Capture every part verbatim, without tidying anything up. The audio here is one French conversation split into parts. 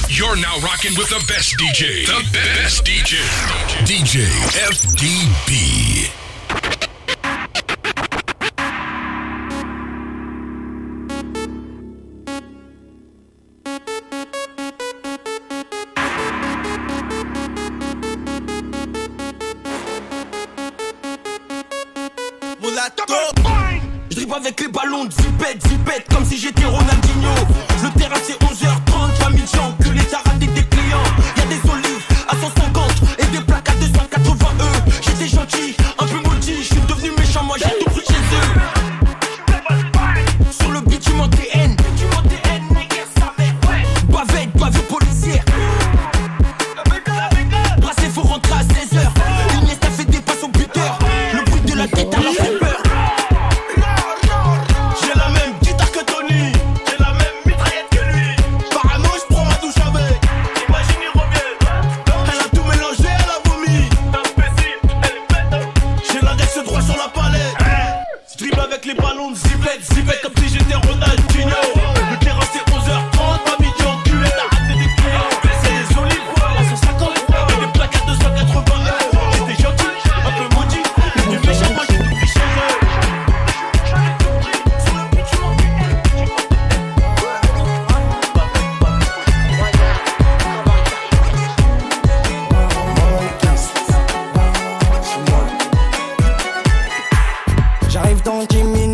You're now rocking with the best D J. The best D J. D J F D B. Je dribble avec les ballons de zipette, zipette, comme si j'étais Ronaldinho. Le terrain c'est onze heures trente, pas mille gens, que les t'as raté des clients. Y'a des olives à cent cinquante et des plaques à deux cent quatre-vingts E. J'étais gentil, un peu maudit, je suis devenu méchant, moi j'ai tout pris chez eux. Sur le beat tu m'en T N, tu m'en T N, bavette, bavette policière. Brassé faut rentrer à seize heures. Iniesta fait des passes au buteur. Le bruit de la tête à la fait peur. Les ballons de zipette, zipette comme si j'étais Ronaldinho. Le terrain c'est onze heures trente, pas midi enculé, t'as raté des clients. C'est les olives à cent cinquante et des plaques à deux cent quatre-vingts euros. J'étais gentil, un peu maudit, mais du méchant moi j'ai tout pris chez eux. Sur le but tu m'en J'arrive dans dix minutes.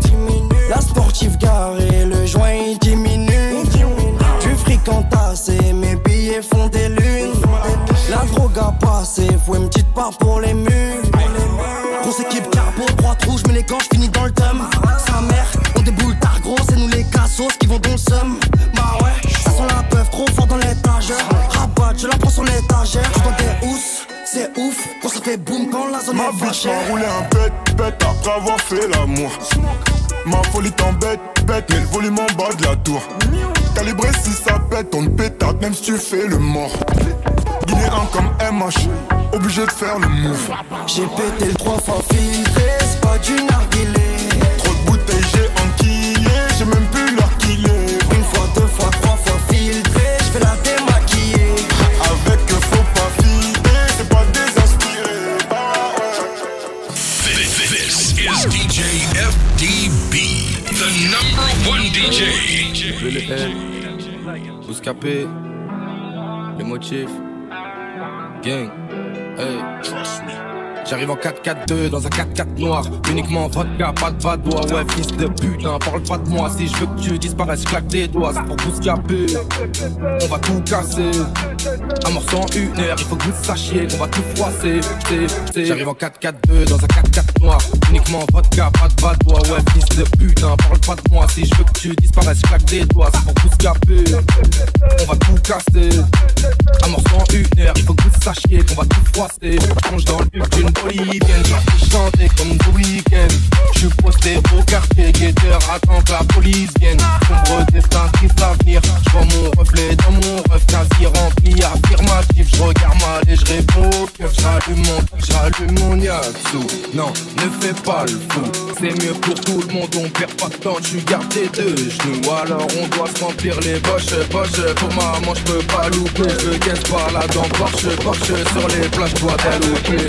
La sportive garée, le joint il diminue. Du fric entassé, mes billets font des lunes. La drogue a passé, faut une petite part pour les mules. Grosse équipe carbo, droite rouge, mais les gants j'finis dans le thème. Sa mère, on déboule tard gros, c'est nous les cassos qui vont dans le seum. Bah ouais, ça sent la peuf trop fort dans l'étagère. Rabat, je la prends sur l'étagère. Je dois des housses, c'est ouf, quand ça fait boum quand la zone ma est bitch fâchée. m'a roulé un bête, bête après avoir fait l'amour. Ma folie t'embête, bête, mais le volume en bas de la tour. Calibré si ça pète, on te pétate même si tu fais le mort. Guinéen comme M H, obligé de faire le move. J'ai pété le trois fois filtré, c'est pas du narguilé. Trop de bouteilles j'ai enquillé, j'ai même plus l'heure qu'il est. Une fois, deux fois, trois fois filtré, j'fais la démaquiller. Avec que faut pas filer, c'est pas désinspiré. Bah ouais. This is D J F D B, the number one D J. Le L, Bouscapé, les motifs, gang, hey. J'arrive en quatre quatre deux dans un quatre quatre noir. Uniquement vodka, pas de vadois. Ouais, fils de putain, parle pas de moi. Si je veux que tu disparaisses, claque tes doigts. C'est pour Bouscapé, on va tout casser. Un morceau en une heure, il faut que vous sachiez qu'on va tout froisser. J'arrive en quatre quatre deux dans un quatre quatre noir. Uniquement vodka, pas de vadois. Ouais, fils de putain, parle pas de moi. Si je veux que tu disparaisses, claque tes doigts. C'est pour Bouscapé, on va tout casser. Un morceau en une heure, il faut que vous sachiez qu'on va tout froisser. Plonge dans le but d'une bolivienne, je chantais comme The Weeknd. Je suis posté au quartier, guetteur, attends que la police vienne. Sombre destin, triste avenir. Je vois mon reflet dans mon ref quasi rempli, affirmatif. Je regarde mal et je réponds que j'allume mon, j'allume mon yatsou. Non, ne fais pas le fou, c'est mieux pour tout le monde. On perd pas de temps, tu gardes tes deux genoux. Alors on doit se remplir les boches, boches. Pour maman, je peux pas louper. Je caisse pas là dans Porsche, Porsche. Sur les plages, je dois t'allouper.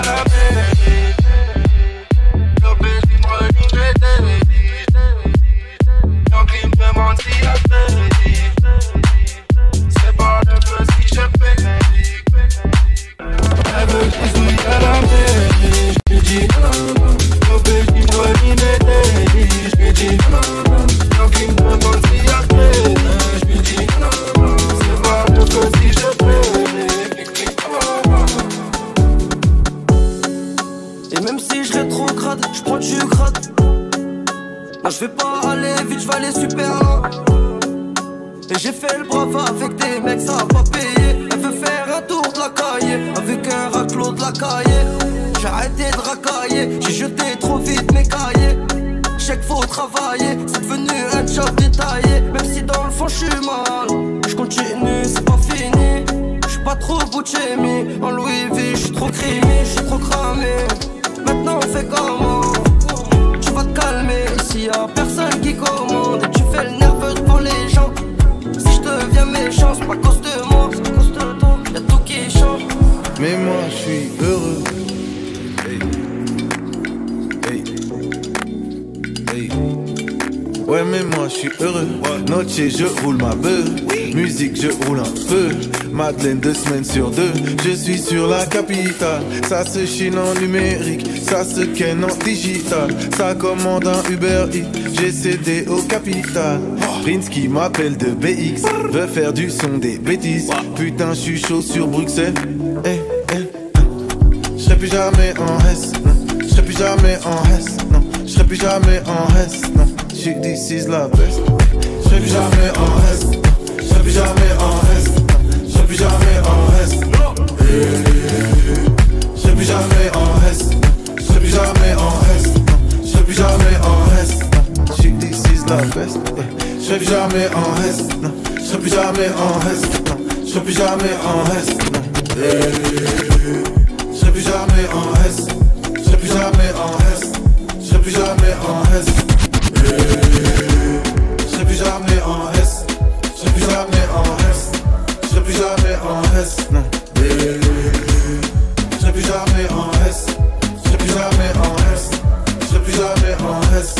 Et même si je rétrograde, je prends du grade. Moi je vais pas aller vite, je vais aller super loin. Et j'ai fait le brava avec des mecs, ça a pas payé. Elle veut faire un tour de la cahier avec un raclot de la cahier. J'ai arrêté de racailler, j'ai jeté trop vite mes cahiers. J'sais qu'il faut travailler, c'est devenu un job détaillé. Même si dans le fond j'suis mal, j'continue, c'est pas fini. J'suis pas trop Gucci, en Louis V, j'suis trop crémé, j'suis trop cramé. Maintenant on fait comment? Tu vas te calmer, ici y'a personne qui commande. Et tu fais le nerveux devant les gens. Si j'deviens meilleur méchant, c'est pas à cause de moi, c'est à cause de toi. Y'a tout qui change. Mais moi je suis heureux. Hey. Hey. Hey. Ouais mais moi je suis heureux. Noche je roule ma beuh. Musique je roule un peu. Madeleine deux semaines sur deux. Je suis sur la capitale. Ça se chine en numérique. Ça se ken en digital. Ça commande un Uber Eats. J'ai cédé au capital. Prince qui m'appelle de B X. Veut faire du son des bêtises. Putain je suis chaud sur Bruxelles. Hey, hey, j'serai plus jamais en S. J'serai plus jamais en S. Non, j'serai plus jamais en S. Non, j'suis this is la best. J'serai plus jamais en S. J'serai plus jamais en S. J'serai plus jamais en S. J'serai plus jamais en S. J'serai plus jamais en S. J'serai plus jamais en S. J'suis this is la best. J'serai plus jamais en S. Non, j'serai plus jamais en S. Non, j'serai plus jamais en S. Non. J'serai plus jamais en S. J'serai plus jamais en S. J'serai plus jamais en S. J'serai plus jamais en S. J'serai plus jamais en S. J'serai plus jamais en S. Non. J'serai plus jamais en S. J'serai plus jamais en S. J'serai plus jamais en S.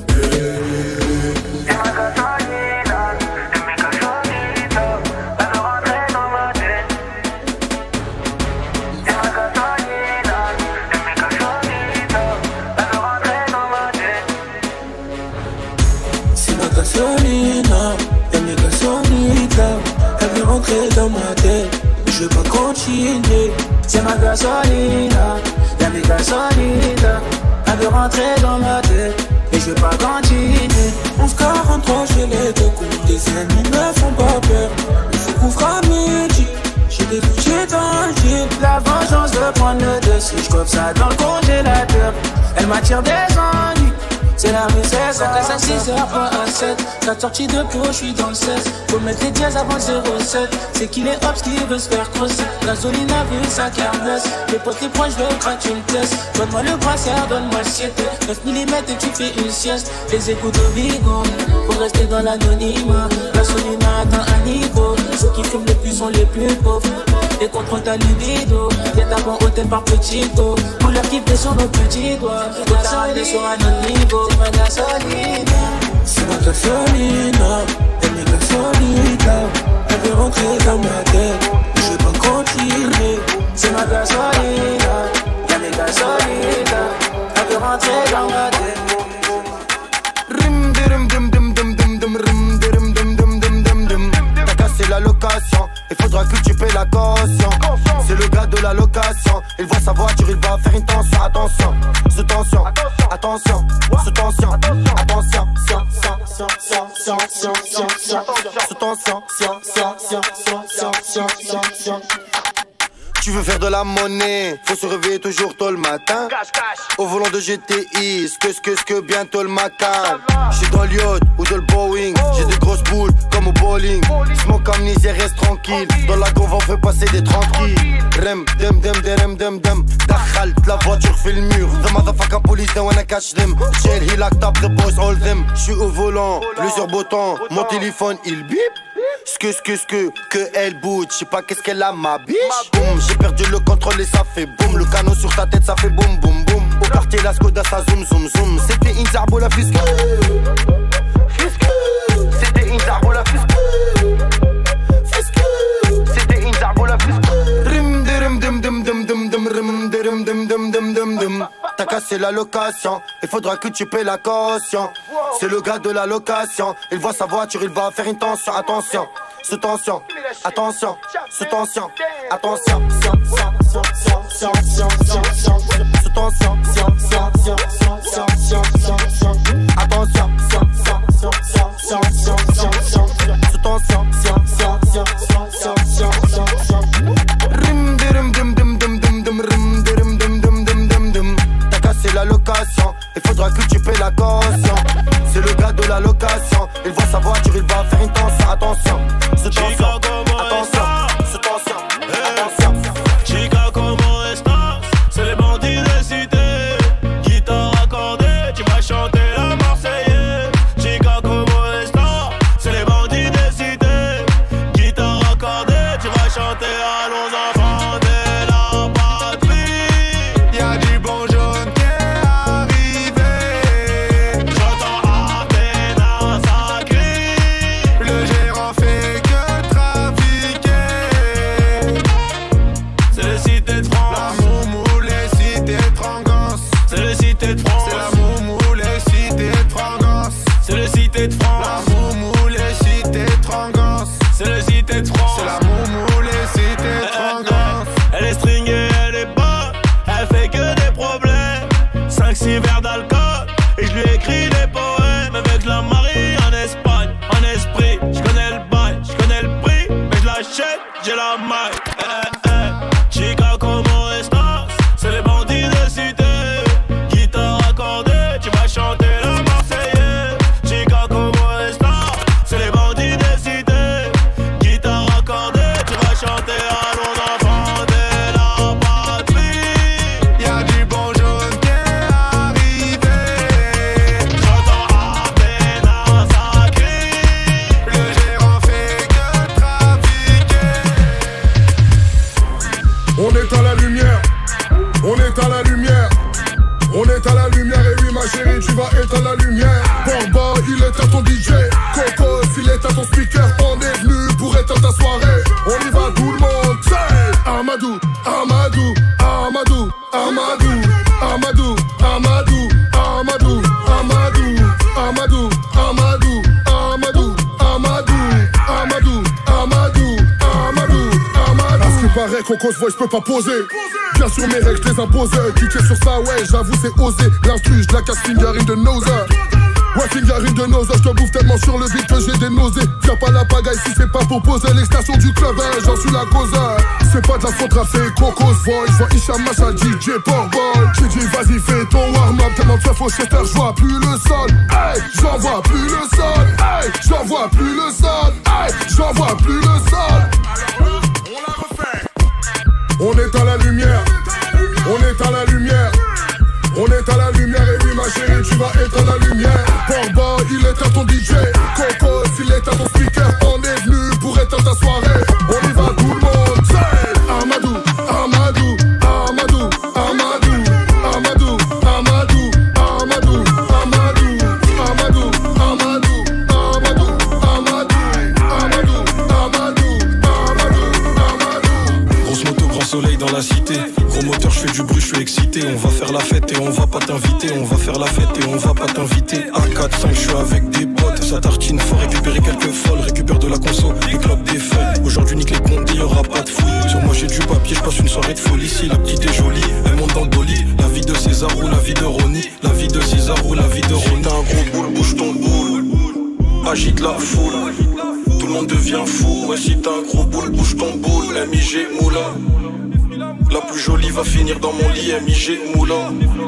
Dans ma tête, je veux pas continuer. C'est ma gasolina, y'a mes gasolina. Elle veut rentrer dans ma tête, et je veux pas continuer. onze quarante-trois, j'ai les deux coups. Les ennemis me font pas peur. Il faut couvrir à midi. J'ai des budgets tangibles. La vengeance de prendre le dessus. J'coiffe ça dans le congélateur. Elle m'attire des ennuis. C'est la rue seize, à cinq six heures, pas à sept. Quatre sorties de pro, j'suis dans le seize. Faut mettre les dièses avant le zéro sept. C'est qu'il est hops qui veut se faire crosser. Gasoline a vu sa carnesse. Les potes les proches veulent craquer une pièce. Donne-moi le brassard, donne-moi le siète. neuf millimètres et tu fais une sieste. Les écoutes au bigon, faut rester dans l'anonymat. Gasoline a atteint un niveau. Ceux qui fument le plus sont les plus pauvres. Et contrôle ta libido. T'es tapant hôtel par petit dos. Couleur qui plaît sur nos petits doigts. Faut t'arrêter sur un autre niveau. C'est ma gasolina. C'est ma gasolina. Elle est gasolina. Elle veut rentrer dans ma tête. Je veux pas continuer. C'est ma gasolina. Elle est gasolina. Elle veut rentrer dans ma tête. Rim dim dim dim dim dim dim rim dim dim dim dim dim dim. T'as cassé la location. Il faudra que tu payes la caution. C'est le gars de la location. Il voit sa voiture, il va faire une tension. Attention, sous tension, attention, sous tension, attention, sous tension, tu veux faire de la monnaie, faut se réveiller toujours tôt le matin. Au volant de G T I, ce que ce que ce que bientôt le matin. J'suis dans le yacht ou dans le Boeing. J'ai des grosses boules comme au bowling. Smoke amnésie, reste tranquille. Dans la conve on fait passer des tranquilles. Rem, dem, dem, dem, dem, dem. Dakhalt, la voiture fait le mur. The motherfucking police, they wanna catch them. Jail, he locked up, the boys all them. J'suis au volant, plusieurs boutons. Mon téléphone, il bip. Sque, sque, sque, que elle bouge. J'sais pas qu'est-ce qu'elle a, ma biche. Boum, j'ai perdu le contrôle et ça fait boum. Le canot sur ta tête, ça fait boum, boum, boum. Au quartier, la Skoda, ça zoom, zoom, zoom. C'était une zarbo, la fisque. C'était une zarbo, la fisque. C'était une zarbo, la fisque. Rim, dim, dim, dim, dim, dim, dim, rim, dim, dim, dim, dim, dim, dim. T'as cassé la location, il faudra que tu payes la caution. C'est le gars de la location, il voit sa voiture, il va faire une tension. Attention, sous tension, attention, sous tension, attention, sous tension, attention, sous tension. Rim dim dim dim dim dim dim rim dim dim dim dim dim dim. T'as cassé la location, il faudra que tu payes la caution. C'est le gars de la location, il voit sa voiture, il va faire une tension. Attention, sous tension, attention, sous tension, attention. Chica, comment estás? C'est les bandits de cité. Guitare accordée, tu m'as chanté la Marseillaise. Chica, comment estás? t'es trop. C'est la moumoule et si t'es trop. Elle est stringée, elle est bonne, elle fait que des problèmes. cinq six verres d'alcool, et je lui écris des poèmes. Avec la Marie en Espagne, en esprit. Je connais le bail, je connais le prix, mais je l'achète, j'ai la maille. Eh, eh, Chica como estas, c'est les bandits de cité. Guitare accordée, tu vas chanter la Marseillaise. Chica como estas, c'est les bandits de cité. Guitare accordée, tu vas chanter à l'eau d'enfant de la patrie. Y'a du bon jaune qui est arrivé. J'entends à peine un sacré. Le gérant fait que trafiquer. On est à la lumière, on est à la lumière. On est à la lumière et oui ma chérie tu vas être à la lumière. Borba il est à ton D J, Coco il est à ton speaker. On est venu pour être ta soirée. On y va tout le monde, say Amadou, Amadou, Amadou, Amadou, Amadou, Amadou, Amadou, Amadou, Amadou, Amadou, Amadou, Amadou, Amadou, Amadou, Amadou, Amadou. À ce qui paraît Coco's voice peut pas poser. Bien sûr mes règles je les impose. Cliquer sur ça ouais j'avoue c'est osé. L'instru je la casse fingerine de nose. Ouais fingerine de nose. Je te bouffe tellement sur le beat que j'ai des nausées. Viens pas la pagaille si c'est pas pour poser. L'extension du club hein, j'en suis la cause. C'est pas de la faute rap c'est Coco's voice. Vois Hicham Macha D J Portboy. J'ai dit vas-y fais ton warm-up. Tellement de faux Chester je vois plus le sol. Hey j'en vois plus le sol. Hey j'en vois plus le sol. Hey j'en vois plus le sol. Alors là on la refait. On est à la lumière, on est à la lumière, on est à la lumière et oui ma chérie tu vas être à la lumière. Borba il est à ton D J, Coco il est à ton speaker. On est venu pour être à ta soirée. On y va tout le monde, say Amadou, Amadou, Amadou, Amadou, Amadou, Amadou, Amadou, Amadou, Amadou, Amadou, Amadou, Amadou, Amadou, Amadou, Amadou. Grosse moto, grand soleil dans la cité. Gros moteur, je fais du bruit, je suis excité. On va faire la fête et on va pas t'inviter. On va faire la fête et on va pas t'inviter. A quatre cinq, je suis avec des potes. Ça tartine, faut récupérer quelques folles. Récupère de la conso, les clopes, des feuilles. Aujourd'hui nique les comptes, y'aura pas de fouille. Sur moi j'ai du papier, je passe une soirée de folie. Si la petite est jolie, elle monte dans le bolide. La vie de César ou la vie de Ronnie. La vie de César ou la vie de Ronnie. T'as un gros boule, bouge ton boule. Agite la foule. Tout le monde devient fou. Ouais si t'as un gros boule, bouge ton boule. M I G Moula. La plus jolie va finir dans mon lit, M I G Moula.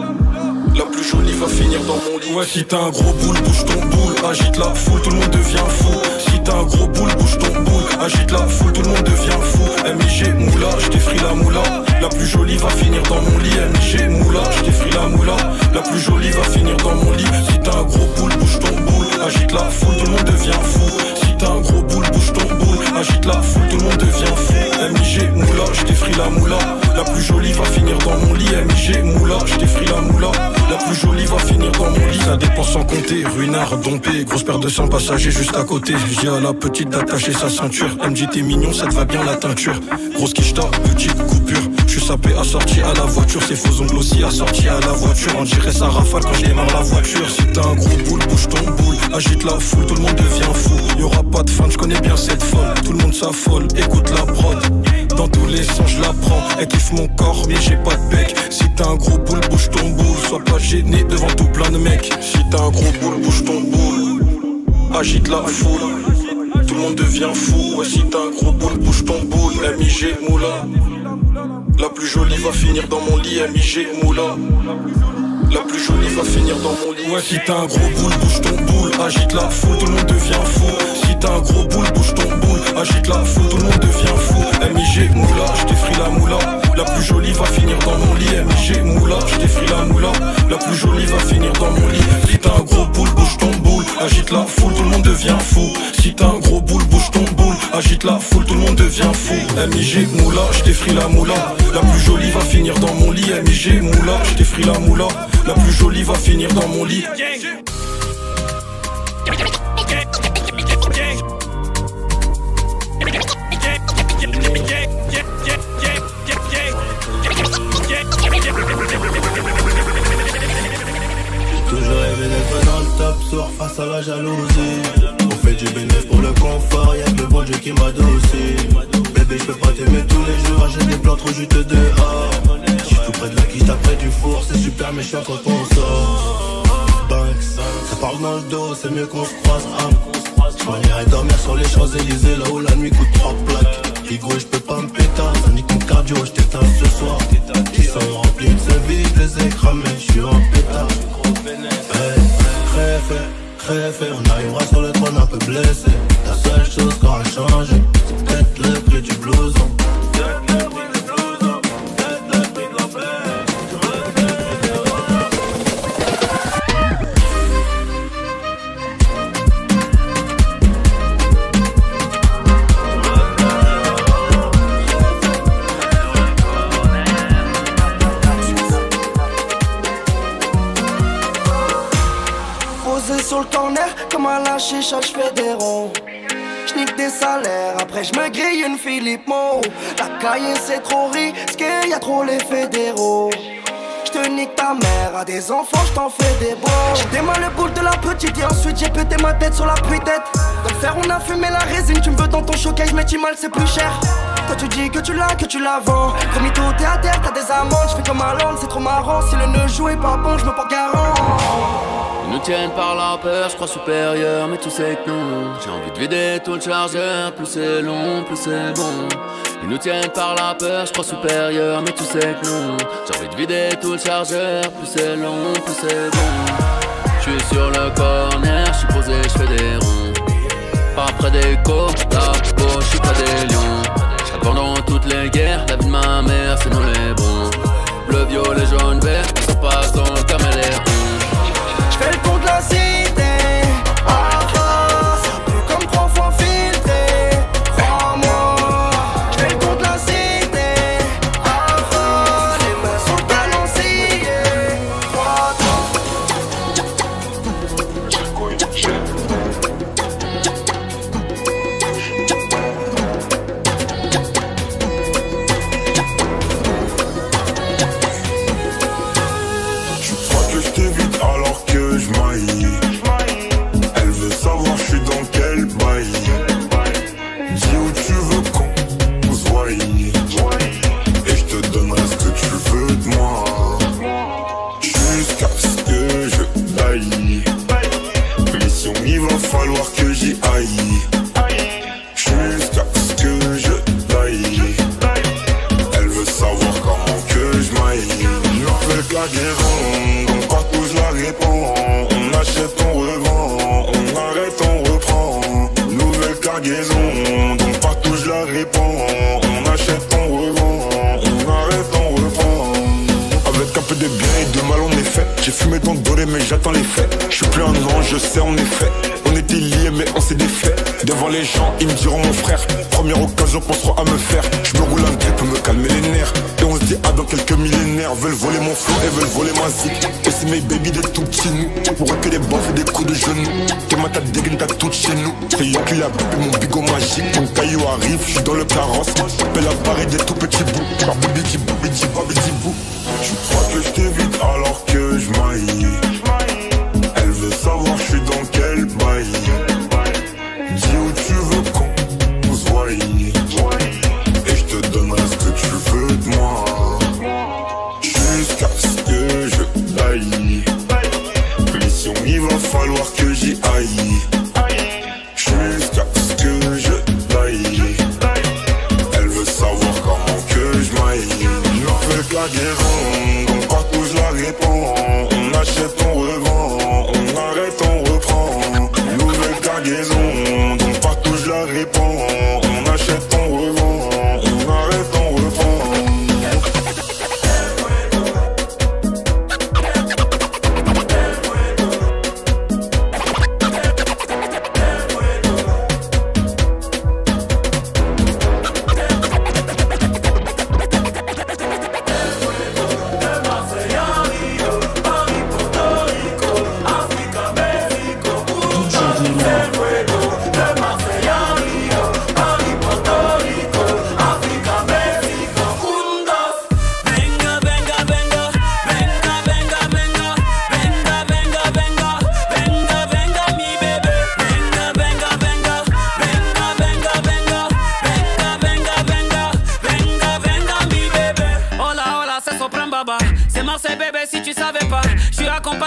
La plus jolie va finir dans mon lit. Ouais si t'as un gros boule, bouge ton boule. Agite la foule, tout le monde devient fou. Si t'as un gros boule, bouge ton boule. Agite la foule, tout le monde devient fou. M I G Moula, je t'effrie la moula. La plus jolie va finir dans mon lit, M I G Moula, je t'effrie la moula. La plus jolie va finir dans mon lit. Si t'as un gros boule, bouge ton boule. Agite la foule, tout le monde devient fou. Si t'as un gros boule, bouge ton boule. Agite la foule, tout le monde devient fou. M I G Moula, je t'effrie la moula. La plus jolie va finir dans mon lit, M I G Moula, je t'effrie la moula. La plus jolie va finir dans mon lit. Ça dépense sans compter, ruinard, dompé. Grosse paire de cent passagers juste à côté. J'ai à la petite d'attacher sa ceinture. M J t'es mignon, ça te va bien la teinture. Grosse quicheta, petite coupure. Je suis sapé assorti à la voiture. Ces faux ongles aussi assortis à la voiture. On dirait ça rafale quand je démarre la voiture. Si t'as un gros boule, bouge ton boule. Agite la foule, tout le monde devient fou. Y'aura pas de fan, je connais bien cette folle. Tout le monde s'affole, écoute la prod. Dans tous les sens je la prends. Elle kiffe mon corps mais j'ai pas de bec. Si t'as un gros boule bouge ton boule. Sois pas gêné devant tout plein de mecs. Si t'as un gros boule bouge ton boule. Agite la foule. Tout le monde devient fou. Ouais si t'as un gros boule bouge ton boule. M I G Moula. La plus jolie va finir dans mon lit. M I G Moula. La plus jolie va finir dans mon lit. Ouais si t'as un gros boule bouge ton boule. Agite la foule, tout le monde devient fou. Si t'as un gros boule bouge ton boule. Agite la foule, tout le monde devient fou. M I G Moula, je t'effrie la moula. La plus jolie va finir dans mon lit. M I G Moula, je t'effrie la moula. La plus jolie va finir dans mon lit. Si t'as un gros boule bouge ton boule. Agite la foule, tout le monde devient fou. Si t'as un gros boule bouge ton boule. Agite la foule, tout le monde devient fou. M I G Moula, je t'effrie la moula. La plus jolie va finir dans mon lit. M I G Moula, je t'effrie la moula. La plus jolie va finir dans mon lit. Toujours rêvé d'être dans le top, soir face à la jalousie. On fait du bénéfice pour le confort, y'a que le bon Dieu qui m'adoucit. aussi. Bébé, je peux pas t'aimer tous les jours. J'ai des plans trop juste dehors. Je suis tout près de la quiche, après du four. C'est super méchant quand on sort. Banks, ça parle dans le dos, c'est mieux qu'on se croise. Je m'en irai dormir sur les Champs-Élysées, là où la nuit coûte trois plaques. Figo, je peux pas me péter, ça nique mon cardio, je t'éteins ce soir. Ils sont remplis de ce vide, je les ai cramés, je suis en pétard. Hey, crève, crève, on arrivera sur le trône un peu blessé. La seule chose qui aura changé, c'est peut-être le prix du blouson. Sur le corner, comme à la chicha, j'fais des ronds. J'nique des salaires, après j'me grille une Philippe Mo. La cahier c'est trop risqué, y'a trop les fédéraux. J'te nique ta mère, à des enfants j't'en fais des beaux. J'ai mal le boule de la petite et ensuite j'ai pété ma tête sur la pluie-tête. Dans le fer on a fumé la résine, tu me veux dans ton showcase mais tu mal c'est plus cher. Toi tu dis que tu l'as, que tu la vends. Promis tout t'es à terre, t'as des amendes. J'fais comme un land, c'est trop marrant. Si le nœud joue est pas bon, j'me porte garant. Ils nous tiennent par la peur, je crois supérieur, mais tu sais que non. J'ai envie de vider tout le chargeur, plus c'est long, plus c'est bon. Ils nous tiennent par la peur, je crois supérieur, mais tu sais que non. J'ai envie de vider tout le chargeur, plus c'est long, plus c'est bon. Je suis sur le corner, je suis posé, je fais des ronds. Pas près des côtes, la peau, je suis près des lions. J'serai pendant toutes les guerres, la vie de ma mère, c'est nous les bons. Bleu, violet, jaune, vert, ça passe dans le caméléon. J'fais le tour de la cité, ah ah, ça pue comme trois fois filtré, crois-moi. J'fais le tour de la cité, ah ah, les mains sur le balancier, Tu crois que je t'évite alors que je maille. Elle veut savoir je suis dans quel bail. Dis où tu veux qu'on se voie. Et je te donnerai ce que tu veux de moi. Jusqu'à ce que je baille. Mission il va falloir que j'y aille. Jusqu'à ce que je baille. Elle veut savoir comment que je maille. Nouvelle cargaison, donc partout je la réponds. On achète, on revend, on arrête, on reprend. Nouvelle cargaison, donc partout je la réponds. On achète, on revend, on arrête, on reprend. Avec un peu de bien et de mal on est fait. J'ai fumé dans le doré mais j'attends les faits. Je suis plus un ange, je sais en effet. On était liés mais on s'est défait. Devant les gens ils me diront mon frère. Première occasion penseront à me faire. Je me roule un grip pour me calmer les nerfs. Et on se dit ah dans quelques millénaires. Veulent voler mon flow et veulent voler ma zik. Et c'est mes baby des tout petits nous. Pour que des baffes et des coups de genoux. T'es ma tête dégaine t'as tout chez nous. C'est yo qui a bipé mon bigot magique. Mon caillou arrive, je suis dans le carrosse. Belle appareil des tout petits bouts. Par bibidi boubidi babidi bou. Tu crois que je t'évite alors que je maille. Elle veut savoir je suis dans quel bail. Dis où tu veux qu'on se voie. Et je te donnerai ce que tu veux de moi. Jusqu'à ce que je baille. Mission il va falloir que j'y aille. Jusqu'à ce que je baille. Elle veut savoir comment que je maille. Nouvelle cargaison, donc partout je la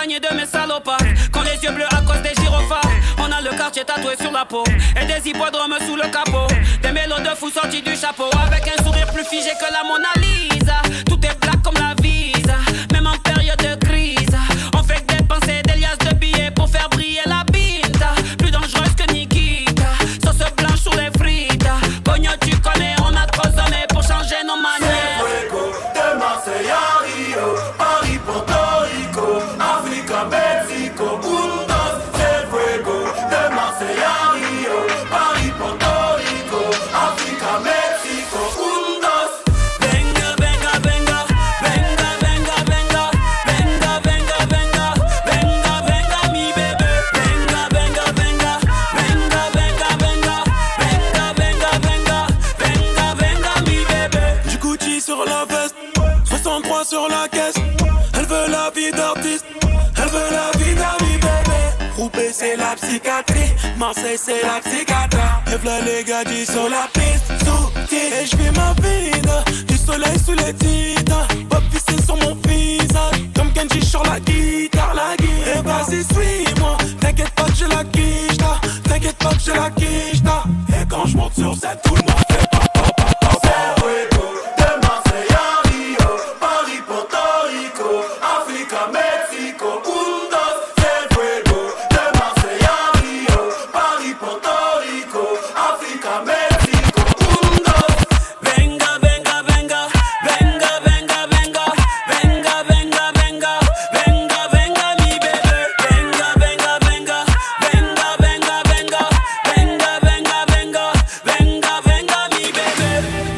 éloigné de mes salopards. Quand les yeux bleus à cause des gyrophares. On a le quartier tatoué sur la peau et des hippodromes sous le capot. Des mélos de fous sortis du chapeau avec un sourire plus figé que la Mona Lisa. Tout est black comme la visa, même en période de crise. On fait que dépenser des liasses de billets pour faire briller la binta. Plus dangereuse que Nikita, sauce blanche sur les frites. Pogno tu connais, on a trop sonné pour changer nos manières. C'est Fuego, de Marseille à Rio, Paris, Porto Rico, Africa, Mexico, Bundos. C'est Fuego, de Marseille à Rio, Paris, Porto Rico, Africa, Mexico, Bundos. Venga, venga, venga, venga, venga, venga, venga, venga, venga, venga, venga, mi bébé. Venga, venga, venga, venga, venga, venga, venga, venga, venga, venga, venga, mi bébé. Du Gucci sur la veste, soixante-trois sur la caisse. Elle veut la vie d'artiste, elle veut la vie d'un mi bébé. Roubaix c'est la psychiatrie, Marseille c'est la psychiatre. Et v'là les gadis sur la piste, sous et je vis ma vie, du soleil sous les titres. Pop vissé sur mon visage, comme Kenji sur la guitare, la guitare. Et vas-y suis-moi, t'inquiète pas que j'ai la quiche là, t'inquiète pas que j'ai la quiche là. Et quand je monte sur scène, tout le monde fait pas pas pas pas. C'est Fuego, de Marseille à Rio, Paris, Porto Rico, Africa, Mexico, Bundos. C'est Fuego, de Marseille à Rio, Paris, Porto Rico, Africa, Mexico, Bundos. Venga, venga, venga, venga, venga, venga, venga, venga, venga, venga, venga, mi bébé. Venga, venga, venga, venga, venga, venga, venga, venga, venga, venga, venga, mi bébé.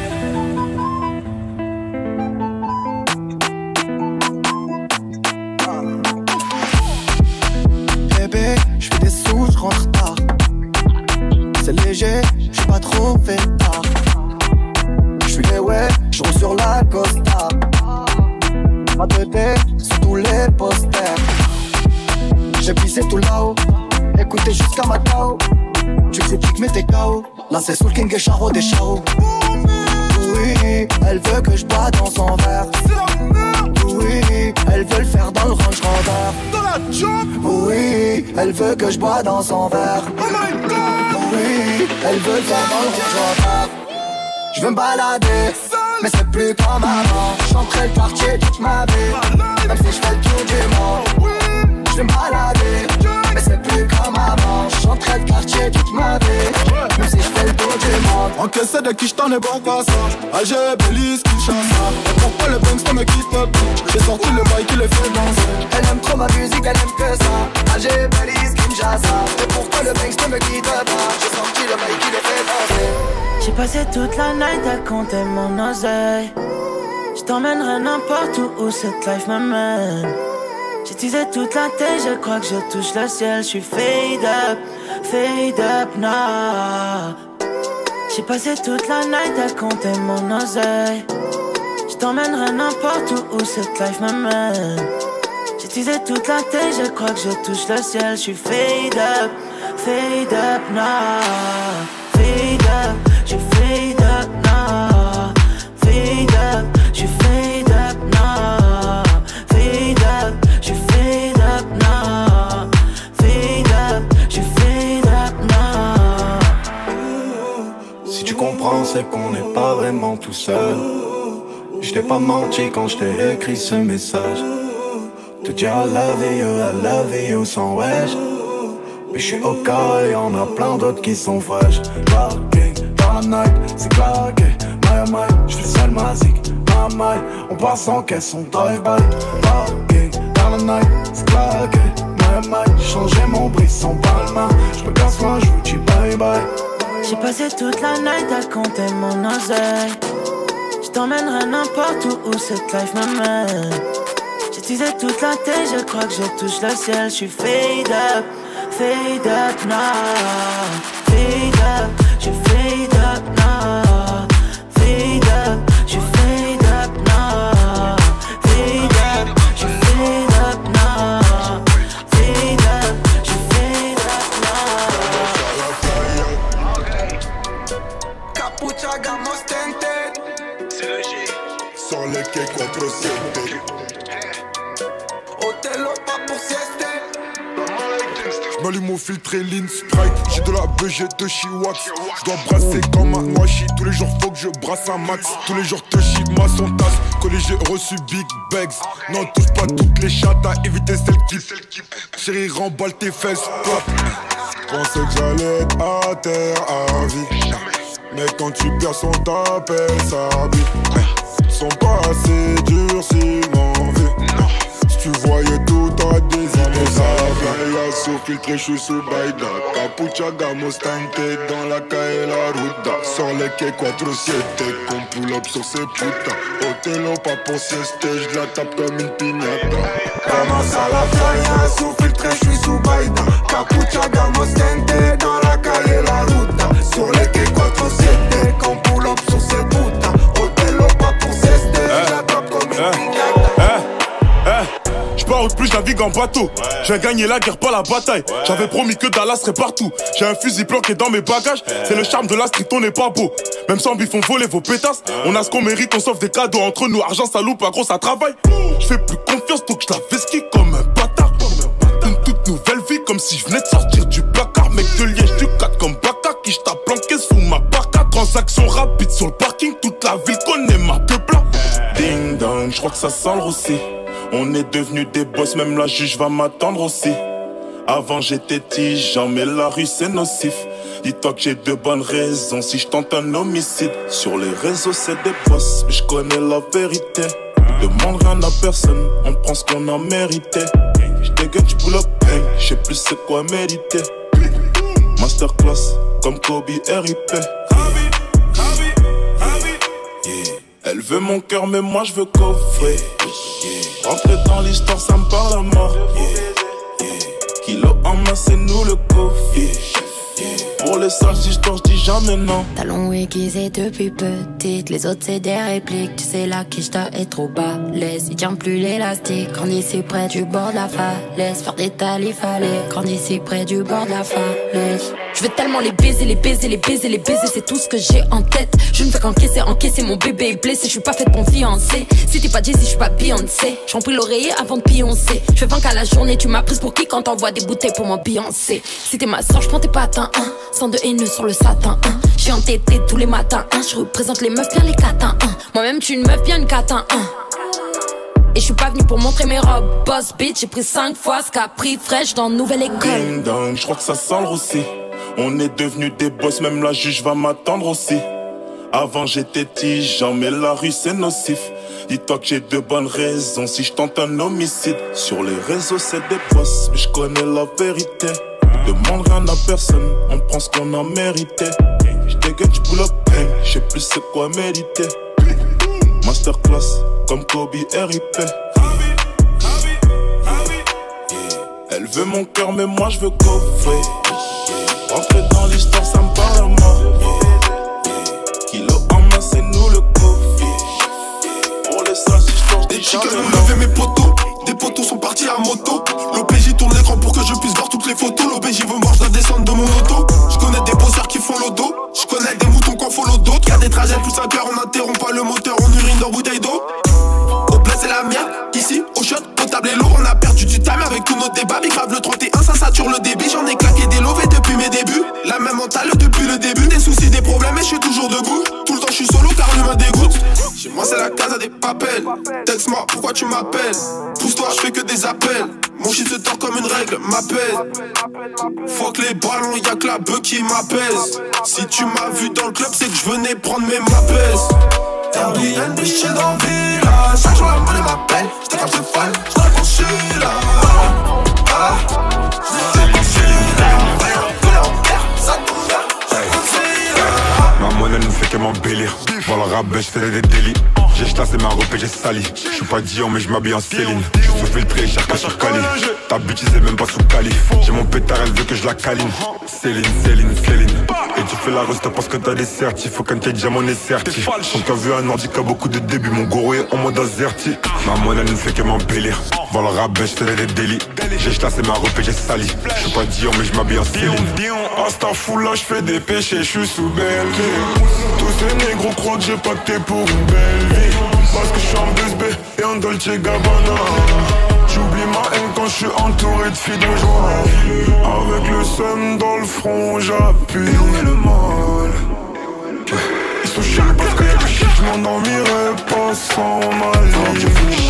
Bébé, je fais des sous, je rentre tard. C'est léger, je pas trop fait tard. Je suis les ouais, je roule sur la Costa. Pas de thé sur tous les posters. J'ai pissé tout là-haut, écoutez jusqu'à Macao. Tu critiques mais t'es K O. Là c'est Soul King et Charo des Charo. Oui, elle veut que je bois dans son verre. Oui, elle veut le faire dans le Range Rover. Dans la job. Oui, elle veut que je bois dans son verre. Oh my god. Oui, elle veut le faire dans le Range Rover. Je veux me balader, mais c'est plus comme avant. J'entrais le quartier toute ma vie, même si je fais le tour du monde. Je veux me balader, mais c'est plus comme avant. J'entrais le quartier toute ma vie, même si je fais le tour du monde. Encaissé de qui j't'en ai bon qu'à ça. Alger, Belize, Kinshasa. Et pourquoi le Banks me quitte plus? J'ai sorti le bail qui les fait danser. Elle aime trop ma musique, elle aime que ça. Alger, Belize, Kinshasa. Et pourquoi le Banks ne me quitte pas? J'ai sorti le bail qui les fait danser. J'ai passé toute la night à compter mon oseille. Je t'emmènerai n'importe où où cette life m'amène. J'ai teasé toute la tête, je crois que je touche le ciel. Je suis fade up, fade up now. J'ai passé toute la night à compter mon oseille. Je t'emmènerai n'importe où où cette life m'amène. J'ai teasé toute la tête, je crois que je touche le ciel. Je suis fade up, fade up now. Fade up, je fade up now. Fade up, je fade up now. Fade up, je fade up now. Fade up, je fade up now. Si tu comprends, c'est qu'on n'est pas vraiment tout seul. Je t'ai pas menti quand je t'ai écrit ce message. Te dire I love you, I love you sans wesh. Mais je suis au cas et y'en a plein d'autres qui sont fraîches. Parking dans la night, c'est claqué. My my, je suis seul magique. My my, on passe en caisse, on drive-by. Parking dans la night, c'est claqué. My my, changer mon bris sans palma. Je me casse moi, je vous dis bye bye. J'ai passé toute la night à compter mon oseille. Je t'emmènerai n'importe où où cette life m'amène. J'ai teasé toute la tête, je crois que je touche le ciel. Je suis fade up, fade up now. Fade up, je fade up now. Fade up, je fade up now. Fade up, je fade up now. Fade up, je fade up now. Capucha, gamos, tente. C'est le G. Sur le quai contre C T. Hôtel, pas pour sieste. J'm'allume au filtré lean Sprite. J'ai de la B G de Chiwax. J'dois brasser comme un Washi. Tous les jours faut que je brasse un max. Tous les jours te chie ma son tasse. Collé j'ai reçu big bags. Non touche pas toutes les chattes à éviter celles qui chérie remballe tes fesses. Pensais que j'allais être à terre à vie. Mais quand tu perds son t'appelle sa vie. Sont pas assez durs sinon vu. Si tu voyais tout à des idées ça va. Sous filtré j'suis sous Baïda. Capucha gamos tente dans la calle la ruta. Sur les quais quatre siete qu'on pull up sur ces putains. Otelo pas pour sieste, j'la tape comme une piñata. Commence à la playa, sous filtré j'suis sous Baïda. Capucha gamos tente dans la calle la ruta. Sur les quais quatre siete qu'on pull up sur ces putains. Otelo pas pour sieste, j'la tape comme une piñata. J'pars au plus, je navigue en bateau. J'ai gagné la guerre, pas la bataille. J'avais promis que Dallas serait partout. J'ai un fusil planqué dans mes bagages. C'est le charme de la street, on n'est pas beau. Même sans bif, on volait vos pétasses. On a ce qu'on mérite, on s'offre des cadeaux. Entre nous, argent, ça loupe, pas gros, ça travaille. J'fais plus confiance, donc j'la vesquille comme un bâtard. Une toute nouvelle vie, comme si je venais de sortir du placard. Mec de Liège, du quatre comme Baka. Qui j't'a planqué sous ma barca. Transaction rapide sur le parking. Toute la ville connaît ma peuple. Ding dong, j'crois que ça sent le roussi. On est devenus des boss, même la juge va m'attendre aussi. Avant j'étais tigeant, mais la rue c'est nocif. Dis-toi que j'ai de bonnes raisons si je tente un homicide. Sur les réseaux c'est des boss, mais je connais la vérité. Demande rien à personne, on prend ce qu'on a mérité. J'dégueule, j'pull up, bang, j'sais plus c'est quoi méditer. Masterclass, comme Kobe R I P. Elle veut mon cœur mais moi je veux coffrer. Yeah. Rentrer dans l'histoire ça me parle à mort. Yeah. Yeah. Kilo en main c'est nous le coffre. Yeah. Yeah. Pour les salles histoires je dis jamais non. Talons aiguisés depuis petite. Les autres c'est des répliques. Tu sais la quiche t'as est trop balèze. Il tient plus l'élastique. Grandi ici près du bord de la falaise. Faire des talifs fallait. Grandi ici près du bord de la falaise. Je veux tellement les baiser, les baiser, les baiser, les baiser. C'est tout ce que j'ai en tête. Je ne fais qu'encaisser, encaisser. Mon bébé est blessé. Je suis pas faite pour me fiancer. Si t'es pas Jay-Z, je suis pas Beyoncé. J'en prie l'oreiller avant de pioncer. Je fais vingt qu'à la journée. Tu m'as prise pour qui quand t'envoies des bouteilles pour m'ambiancer. Si t'es ma soeur, je prends tes patins. Hein. Sans de haineux sur le satin. Hein. J'suis entêtée tous les matins. Hein. Je représente les meufs bien les catins. Hein. Moi-même, tu une meuf bien une catin. Hein. Et je suis pas venu pour montrer mes robes. Boss bitch, j'ai pris cinq fois ce qu'a pris fraîche dans nouvelle école. Ding dong, j'crois que ça sent le roussi. On est devenus des boss, même la juge va m'attendre aussi. Avant j'étais tigeant, mais la rue c'est nocif. Dis-toi que j'ai de bonnes raisons si je tente un homicide. Sur les réseaux c'est des boss, mais je connais la vérité. Demande rien à personne, on prend ce qu'on a mérité. J'dégueule, j'pull up, bang, j'sais plus c'est quoi méditer. Masterclass, comme Kobe R I P. Elle veut mon cœur mais moi je veux coffrer. Rentrer dans l'histoire ça me parle à mort. Kilo en main c'est nous le coffre. Pour les salles histoires des chicas ont levé mes potos. Des potos sont partis à moto. L'O P J tourne l'écran pour que je puisse voir toutes les photos. L'O P J veut voir je dois descendre de mon auto. Je connais des bosseurs qui font l'auto. Je connais des moutons qu'on follow d'autres. Y'a des trajets plus cinq heures, on n'interrompt pas le moteur, on urine dans bouteille d'eau. Au bled c'est la merde, ici au shot, potable et l'eau. On a perdu du time avec tous nos débats. Mais grave le trente et un, ça sature le débit. J'en ai claqué des lovés depuis mes débuts. La même mentale depuis le début. Des soucis, des problèmes et je suis toujours debout. Tout le temps je suis solo car l'humain dégoûte. Chez moi c'est la casa des papels. Texte-moi pourquoi tu m'appelles. Pousse-toi je fais que des appels. Mon shit se tord comme une règle, m'appelle. Fuck les ballons, y'a que la beuh qui m'apaise. Si tu m'as vu dans le club c'est que je venais prendre mes mappes. Airbnb j'suis dans le village. Chaque jour la monnaie m'appelle. J'te quand c'est fan, j'te quand j'suis là. Ah, j'te quand j'suis là. Coulé en pierre, ça tombe bien. Ma monnaie ne fait que m'embellir. Voilà le rabais, j'fais des délits. J'ai chassé ma robe et j'ai sali. J'suis pas Dion mais j'm'habille en Céline. J'suis sous filtré, cherche sur Cali. Ta bitch c'est même pas sous Cali. J'ai mon pétard, elle veut que je la câline. Céline, Céline, Céline. Et tu fais la reste parce que t'as des certifs. Faut qu'un t'es diamant est certif. Quand t'as vu un ordi qui a beaucoup de débuts. Mon goro est en mode azerti. Ma monnaie ne fait que m'embellir. Voilà le rabais, j'fais des délits. J'ai chassé ma robe et j'ai sali. J'suis pas Dion mais j'm'habille en Céline. Dion, hasta foula, j'fais des péchés, j'suis sous belle vie. Tous ces négros croient que j'ai pacté pour une belle vie. Parce que j'suis en deux B et en Dolce Gabbana. J'suis J'oublie ma haine quand je suis entouré de filles de joie. Avec le seum dans le front, j'appuie. Et où est le mal? Ils sont chiants parce que je m'endormirai pas sans ma ligne.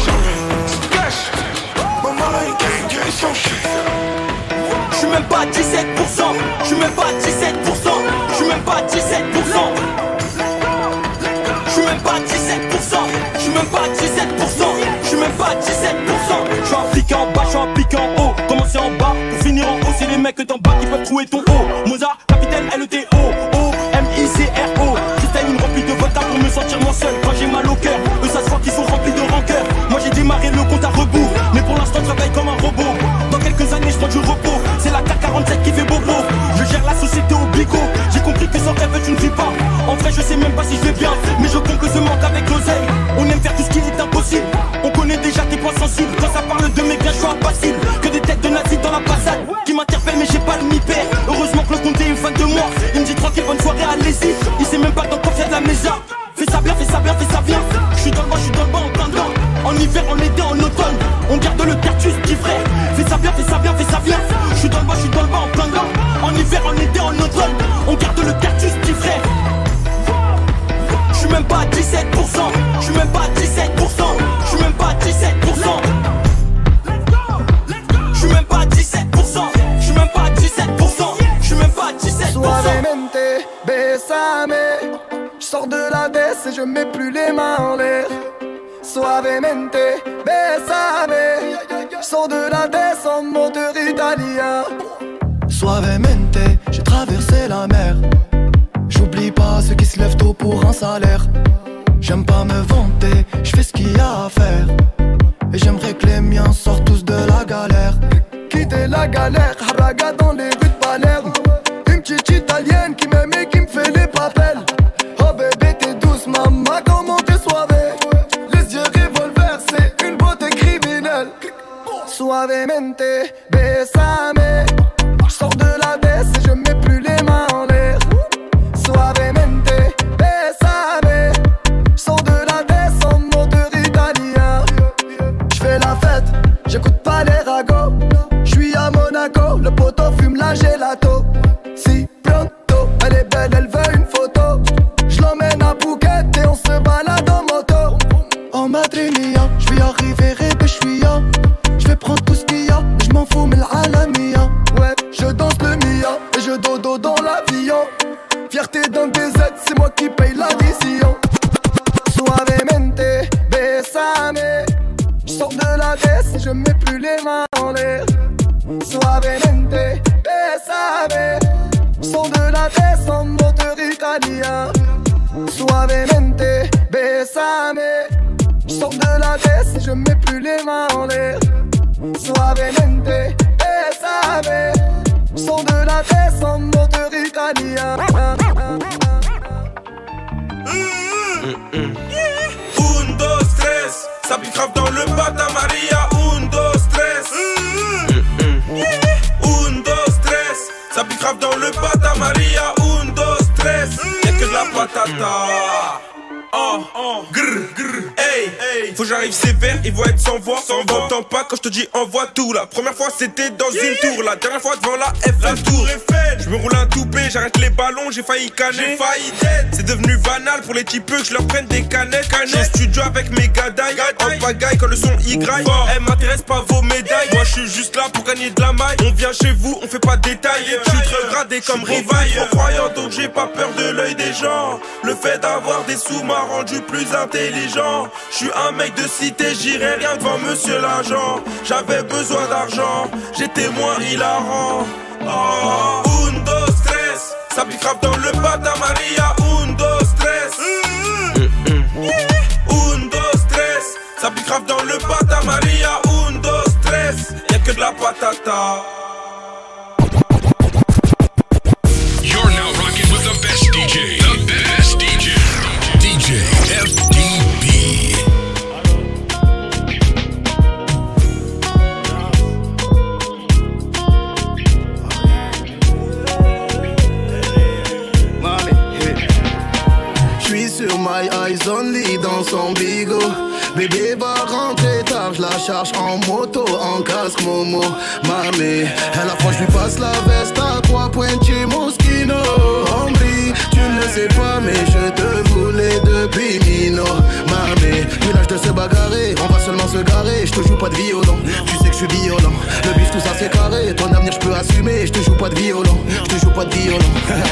J'suis même pas à dix-sept pour cent. J'suis même pas à dix-sept pour cent. J'suis même pas à dix-sept pour cent. J'suis même pas à dix-sept pour cent. J'suis même pas à dix-sept pour cent. J'suis même pas à dix-sept pour cent. J'suis un flic en bas, j'suis un pic en haut. Commencer en bas pour finir en haut. C'est les mecs d'en bas qui peuvent trouver ton haut. Mozart, capitaine L E T O O M I C R O. Juste à une remplie de vodka pour me sentir moins seul. Quand j'ai mal au cœur, eux ça se voit qu'ils sont remplis de rancœur. Moi j'ai démarré le compte à rebours, mais pour l'instant je travaille comme un robot. Dans quelques années je prends du repos. C'est la K quarante-sept qui fait bobo. Je gère la société au bigot. J'ai compris que sans rêve tu ne vis pas. En vrai je sais même pas si je vais bien, mais je compte que ce manque avec l'oseille. On aime faire tout ce qui est impossible. On connaît déjà tes points sensibles. Quand ça parle de mes gains je suis impassible. Que des têtes de nazis dans la passade qui m'interpellent mais j'ai pas le mi-père. Heureusement que le comté est fan de moi. Il me dit tranquille bonne soirée allez-y. Il sait même pas dans quoi faire de la mésa. Fais ça bien, fais ça bien, fais ça bien. Je suis dans le bas, je suis dans le bas en plein dedans. En hiver, en été, en automne. On garde le tertus qui frais. Fais ça bien, fais ça bien, fais ça bien. Je suis dans le bas, je suis dans le bas en plein dedans. En hiver, en été, en automne. On garde le tertus qui frais. Je suis même pas à dix-sept pour cent. Je suis même pas à dix-sept pour cent. Je suis même pas à dix-sept pour cent. Je suis même pas à dix-sept pour cent. Je suis même pas à dix-sept pour cent. Je suis même pas à dix-sept pour cent. Suavemente, besame. Je sors de la baisse et je mets plus les mains en l'air. Suavemente, besame. Je sors de la baisse en moteur italien. Suavemente, j'ai traversé la mer. J'oublie pas ceux qui se lèvent tôt pour un salaire. J'aime pas me vanter, je fais ce qu'il y a à faire. Et j'aimerais que les miens sortent tous de la galère. Quitter la galère, haraga dans les rues de Palerme. Une petite italienne qui m'aime et qui me fait les papels. Oh bébé t'es douce maman, comment t'es soivée. Les yeux revolver, c'est une beauté criminelle. Suavemente, besame. Je sors de la baisse et je mets plus les mains en l'air. Suavemente, besame. Je sors de la baisse en moteur italien. Je fais la fête, j'écoute pas les ragots. Je suis à Monaco, le poteau fume la gelato. Si pronto, elle est belle, elle veut une photo. Je l'emmène à Phuket et on se balade en moto. En Madrinia, je vais arriver et je suis ya. Je vais prendre tout ce qu'il y a, je m'en fous mais l'alamia. Ouais, je danse le Mia et je dodo dans l'avion. Fierté d'un D Z, c'est moi qui paye l'addition. Suavemente, besame. Je sors de la baisse et je mets plus les mains en l'air. Suavemente, besame. Je sors de la baisse en moteur italien. Suavemente, besame. Je sors de la baisse et je mets plus les mains en l'air. Suavemente, besame. Je sors de la baisse en moteur italien. Un, dos, tres, ça pique grave dans le bata Maria. Un, dos, tres. Un, dos, tres, ça pique grave dans le bata Maria. Un, dos, tres, y'a que de la patata. Oh, oh, grrr, grrr, hey, hey. Faut que j'arrive sévère, ils vont être sans voix. Sans voix, t'entends pas quand je te dis envoie tout. La première fois c'était dans yeah. une tour. La dernière fois devant la F un tour Eiffel. Je me roule un toupé, j'arrête les ballons, j'ai failli canner. J'ai failli dead. C'est devenu banal pour les typeux que je leur prenne des canettes. J'ai studio avec mes gadailles. En pagaille quand le son y graille. Elle m'intéresse pas vos médailles. Moi je suis juste là pour gagner de la maille. On vient chez vous, on fait pas de détails. Je suis très gradé comme rivaille. Trop croyant donc j'ai pas peur de l'œil des gens. Le fait d'avoir des sous m'a rendu plus intelligent. Je suis un mec de cité, j'irai rien devant monsieur l'agent. J'avais besoin d'argent, j'étais moins hilarant. Oh, un, dos, tres, ça pique grave dans le bata Maria. Un, dos, tres. Un, dos, tres, ça pique grave dans le bata Maria. Un, dos, tres, y'a que de la patata. You're now rocking with the best D J. The best D J. D J F D B. J'suis sur My Eyes Only dans son bigot. Bébé va rentrer tard, je la charge en moto, en casque Momo. Mamé, à la fois je lui passe la veste à trois pointiers Moschino. Hombre, tu ne le sais pas mais je te voulais depuis Mino. Mamé, plus l'âge de se bagarrer, on va seulement se garer. Je te joue pas de violon, tu sais que je suis violent. Le bif tout ça c'est carré, ton avenir je peux assumer. Je te joue pas de violon, je te joue pas de violon.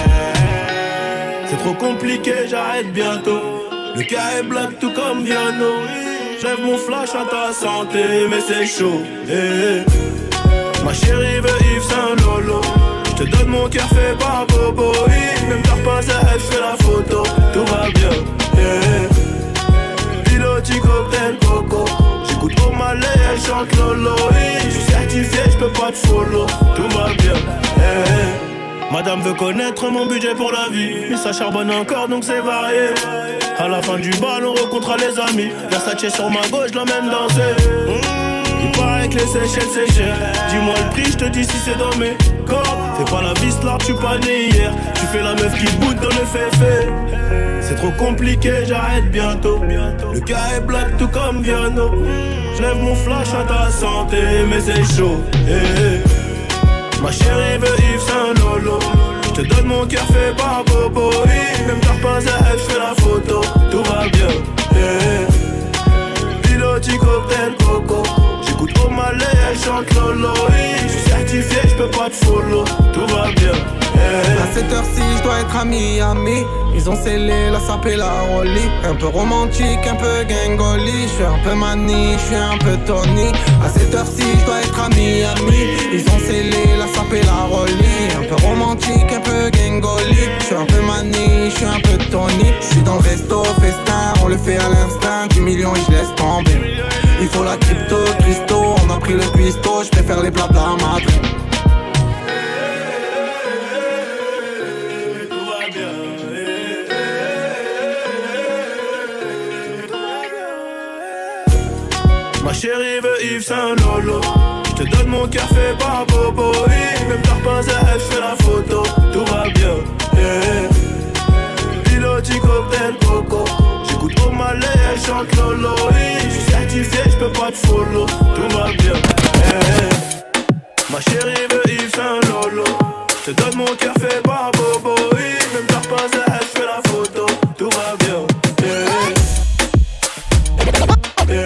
C'est trop compliqué, j'arrête bientôt. Le cas est black tout comme Viano. J'lève mon flash à ta santé, mais c'est chaud. Hey. Ma chérie veut Yves Saint Lolo. J'te donne mon cœur fait par Bobo. Même t'as pas à elle, j'fais la photo. Tout va bien. Hey. Piloti cocktail coco. J'écoute pour ma lait, elle chante Lolo. J'suis certifié, j'peux pas te follow. Tout va bien. Hey. Madame veut connaître mon budget pour la vie, mais ça charbonne encore donc c'est varié. À la fin du bal on rencontrera les amis. Versace sur ma gauche, je l'emmène danser. mmh, Il paraît que les Seychelles c'est cher. Dis-moi le prix, je te dis si c'est dans mes corps. Fais pas la vis là, tu pas né hier. Tu fais la meuf qui boude dans le féfé. C'est trop compliqué, j'arrête bientôt. Le cas est black tout comme Viano. J'lève mon flash à ta santé, mais c'est chaud. hey. Ma chérie veut Yves Saint Lolo. J'te donne mon cœur fait par Bobo. Même t'as pas à elle, j'fais la photo. Tout va bien. Yeah. Piloti cocktail coco. J'écoute au malais, elle chante Lolo. J'suis certifié, j'peux pas te follow. Tout va bien. Yeah. À cette heure-ci, j'dois être à Miami. Ils ont scellé la sape et la rollie. Un peu romantique, un peu gangoli. J'suis un peu mani, j'suis un peu Tony. À cette heure-ci, j'dois être à Miami. Ils ont scellé la sape et la rollie. Un peu romantique, un peu gangoli. J'suis un peu mani, j'suis un peu Tony. J'suis dans le resto, festin, on le fait à l'instinct. dix millions et j'laisse tomber. Il faut la crypto, Christo. On a pris le cuistot, j'préfère les plats de la Madrid. Ma chérie veut Yves Saint Lolo. J'te donne mon cœur fait par Bobo. Même t'as pas à elle, j'fais la photo. Tout va bien. Yeah. Piloti cocktail coco. J'écoute au malais, elle chante Lolo. J'suis certifié, j'peux pas te follow. Tout va bien. Yeah. Ma chérie veut Yves Saint Lolo. J'te donne mon cœur fait par Bobo. Même t'as pas à elle, j'fais la photo. Tout va bien. Yeah. Yeah.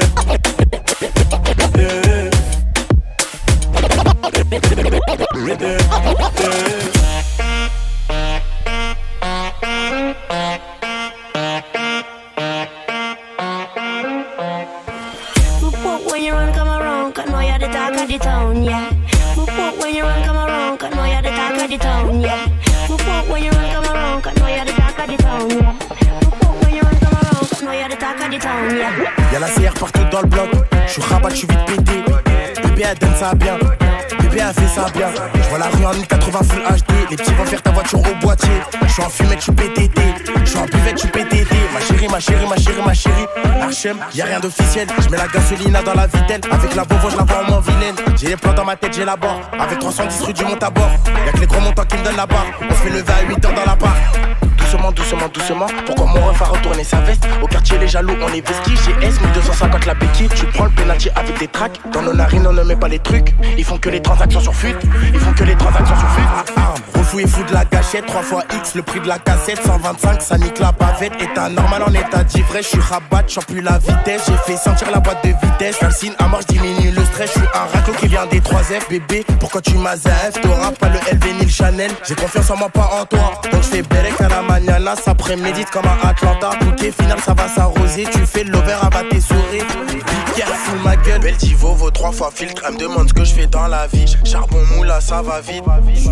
When you run, come around, cause know you're the talk of the town, yeah. When you run, come around, cause know you're the talk of the town, yeah. When you run, come around, cause know you're the talk of the town, yeah. When you run, come around, cause know you're the talk of the town, yeah. Y'a la C R partout dans le bloc, j'suis rabat, j'suis vite pété. Bébé elle donne ça bien, bébé elle fait ça bien. J'vois la rue en mille quatre-vingts full H D. Les petits vont faire ta voiture au boîtier. J'suis en fumette, j'suis P T T. J'suis en buvette, j'suis P T T. Ma chérie, ma chérie, ma chérie, ma chérie. Archem, y'a rien d'officiel. J'mets la gasolina dans la vitelle. Avec la Volvo, j'la vois en moins vilaine. J'ai les plans dans ma tête, j'ai la barre. Avec trois cent dix rue du Mont à bord. Y'a que les gros montants qui me donnent la barre. On se fait lever à huit heures dans la barre. Doucement, doucement, doucement. Pourquoi mon ref a retourné sa veste? Au quartier, les jaloux, on est vesquis. G S mille deux cent cinquante la béquille. Tu prends le penalty avec des tracks. Dans nos narines, on ne met pas les trucs. Ils font que les transactions sur fuite. Ils font que les transactions sur fuite. Ah, refou et fou de la gâchette. trois fois X, le prix de la cassette. cent vingt-cinq, ça nique la bavette. État normal en état d'ivresse. J'suis rabat, j'en plus la vitesse. J'ai fait sentir la boîte de vitesse. Calcine à mort, j'diminue le stress. J'suis un raclo qui vient des trois F. Bébé, pourquoi tu m'as F? T'auras pas le L V ni le Chanel. J'ai confiance en moi, pas en toi. Donc j'fais Berek à la mañana. Ça prémédite comme à Atlanta. Bouquet final, ça va s'arroser. Tu fais l'over, abat tes souris. Be careful, ma gueule. Beltivo vaut trois fois filtre. Elle me demande ce que je fais dans la vie. Charbon moula, ça va vite.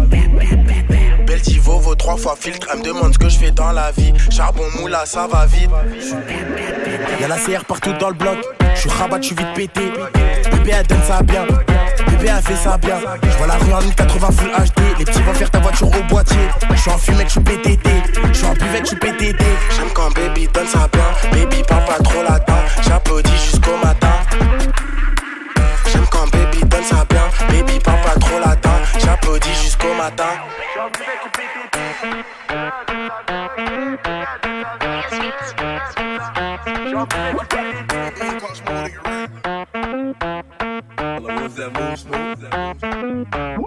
Beltivo vaut trois fois filtre. Elle me demande ce que je fais dans la vie. Charbon moula, ça va vite. Y'a la C R partout dans le bloc. J'suis rabat, j'suis vite pété. Bébé elle donne ça bien. Bébé elle fait ça bien. J'vois la rue en mille quatre-vingts full H D. Les petits vont faire ta voiture au boîtier. J'suis en fumette, j'suis P T T. J'suis en buvette, j'suis P T T. J'aime quand baby donne ça bien. Baby parle pas trop latin. J'applaudis jusqu'au matin. J'aime quand baby donne ça bien. Baby parle pas trop latin. J'applaudis jusqu'au matin. What's that move, Smooth?